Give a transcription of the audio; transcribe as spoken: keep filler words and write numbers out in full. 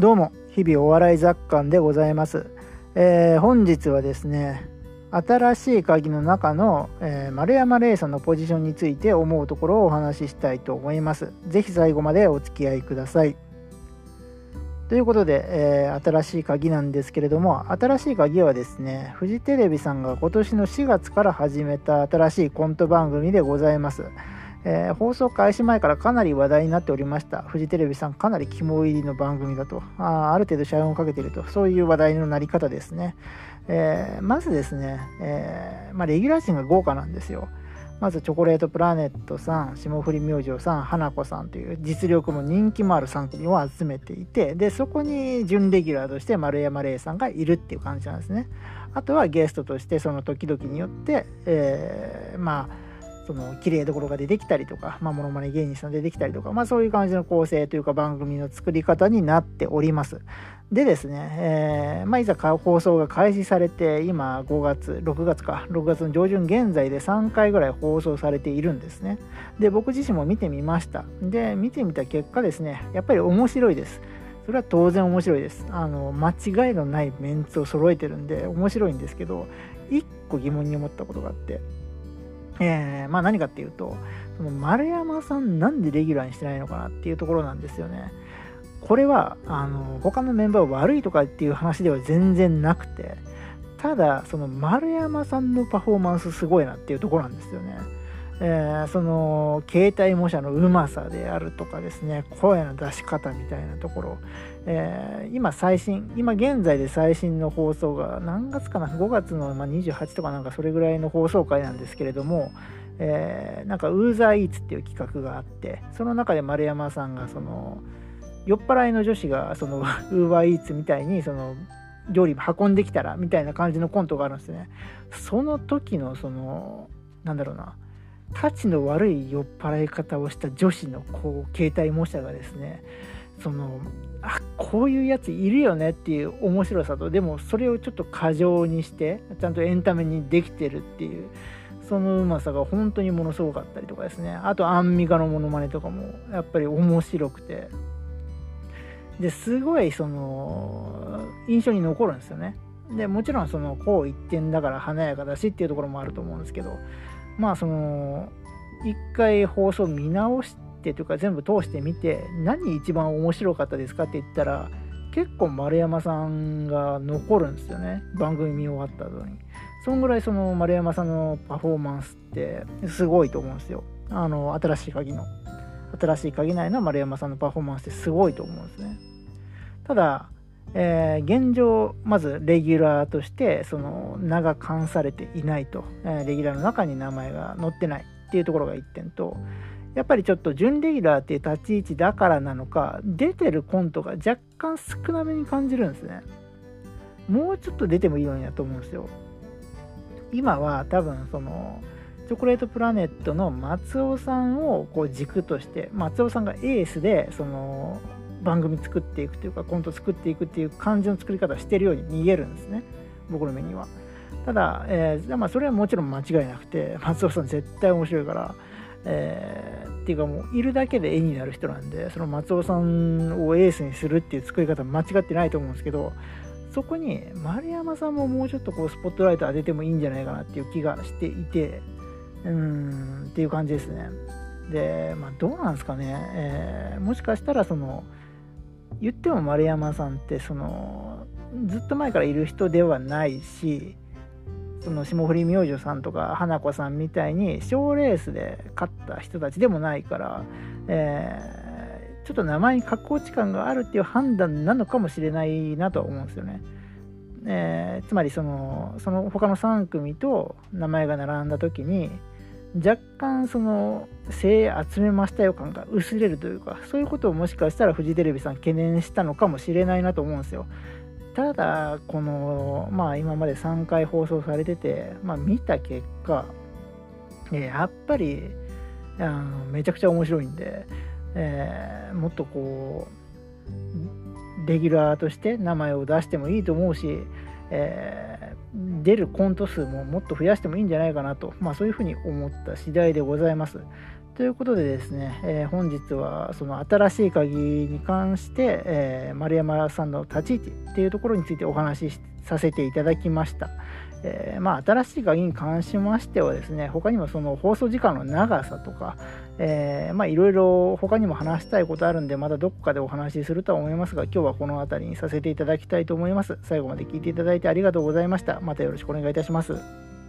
どうも、日々お笑い雑感でございます。えー、本日はですね、新しい鍵の中の、えー、丸山礼さんのポジションについて思うところをお話ししたいと思います。ぜひ最後までお付き合いください。ということで、えー、新しい鍵なんですけれども、新しい鍵はですね、フジテレビさんが今年のしがつから始めた新しいコント番組でございます。えー、放送開始前からかなり話題になっておりました。フジテレビさんかなり肝入りの番組だと、あ, ある程度社運をかけていると、そういう話題のなり方ですね。えー、まずですね、えーまあ、レギュラー陣が豪華なんですよ。まずチョコレートプラネットさん、霜降り明星さん、花子さんという実力も人気もあるさん組を集めていて、でそこに準レギュラーとして丸山礼さんがいるっていう感じなんですね。あとはゲストとしてその時々によって、えー、まあその綺麗どころが出てきたりとか、まあ、モノマネ芸人さん出てきたりとか、まあ、そういう感じの構成というか番組の作り方になっております。でですね、えーまあ、いざ放送が開始されて今ごがつろくがつかろくがつの上旬現在でさんかいぐらい放送されているんですね。で僕自身も見てみました。で見てみた結果ですね、やっぱり面白いです。それは当然面白いです。あの間違いのないメンツを揃えてるんで面白いんですけど、一個疑問に思ったことがあって、えー、まあ何かっていうと、その丸山さんなんでレギュラーにしてないのかなっていうところなんですよね。これはあの他のメンバー悪いとかっていう話では全然なくて、ただその丸山さんのパフォーマンスすごいなっていうところなんですよね。えー、その携帯模写のうまさであるとかですね、声の出し方みたいなところ、えー、今最新今現在で最新の放送が何月かな、ごがつのにじゅうはちとかなんかそれぐらいの放送回なんですけれども、えー、なんかウーザーイーツっていう企画があって、その中で丸山さんがその酔っ払いの女子がそのウーバーイーツみたいにその料理運んできたらみたいな感じのコントがあるんですね。その時のそのなんだろうな、たちの悪い酔っ払い方をした女子のこう携帯模写がですね、そのあこういうやついるよねっていう面白さと、でもそれをちょっと過剰にしてちゃんとエンタメにできてるっていう、そのうまさが本当にものすごかったりとかですね。あとアンミカのモノマネとかもやっぱり面白くて、ですごいその印象に残るんですよね。でもちろんそのこう一点だから華やかだしっていうところもあると思うんですけど、まあその一回放送見直してというか全部通してみて、何一番面白かったですかって言ったら結構丸山さんが残るんですよね、番組見終わった後に。そんぐらいその丸山さんのパフォーマンスってすごいと思うんですよ。あの新しい鍵の新しい鍵内の丸山さんのパフォーマンスってすごいと思うんですね。ただえー、現状まずレギュラーとしてその名が冠されていないと、えー、レギュラーの中に名前が載ってないっていうところがいってんと、やっぱりちょっと準レギュラーっていう立ち位置だからなのか、出てるコントが若干少なめに感じるんですね。もうちょっと出てもいいのになと思うんですよ。今は多分そのチョコレートプラネットの松尾さんをこう軸として、松尾さんがエースでその番組作っていくというかコント作っていくっていう感じの作り方してるように見えるんですね、僕の目には。ただ、えーまあ、それはもちろん間違いなくて、松尾さん絶対面白いから、えー、っていうかもういるだけで絵になる人なんで、その松尾さんをエースにするっていう作り方は間違ってないと思うんですけど、そこに丸山さんももうちょっとこうスポットライト当ててもいいんじゃないかなっていう気がしていて、うーんっていう感じですね。で、まあ、どうなんですかね、えー、もしかしたらその言っても丸山さんってそのずっと前からいる人ではないし、その霜降り明星さんとか花子さんみたいに賞レースで勝った人たちでもないから、えー、ちょっと名前に格好値感があるっていう判断なのかもしれないなとは思うんですよね。えー、つまりそのその他のさん組と名前が並んだ時に若干その精鋭集めましたよ感が薄れるというか、そういうことをもしかしたらフジテレビさん懸念したのかもしれないなと思うんですよ。ただこのまあ今までさんかい放送されてて、まあ見た結果やっぱりあのめちゃくちゃ面白いんで、えー、もっとこうレギュラーとして名前を出してもいいと思うし、えー、出るコント数ももっと増やしてもいいんじゃないかなと、まあそういうふうに思った次第でございます。 ということでですね、えー本日はその新しい鍵に関して、えー丸山さんの立ち位置っていうところについてお話しさせていただきました。えーまあ、新しい鍵に関しましてはですね、他にもその放送時間の長さとか、えーまあいろいろ他にも話したいことあるんで、またどこかでお話しするとは思いますが、今日はこの辺りにさせていただきたいと思います。最後まで聞いていただいてありがとうございました。またよろしくお願いいたします。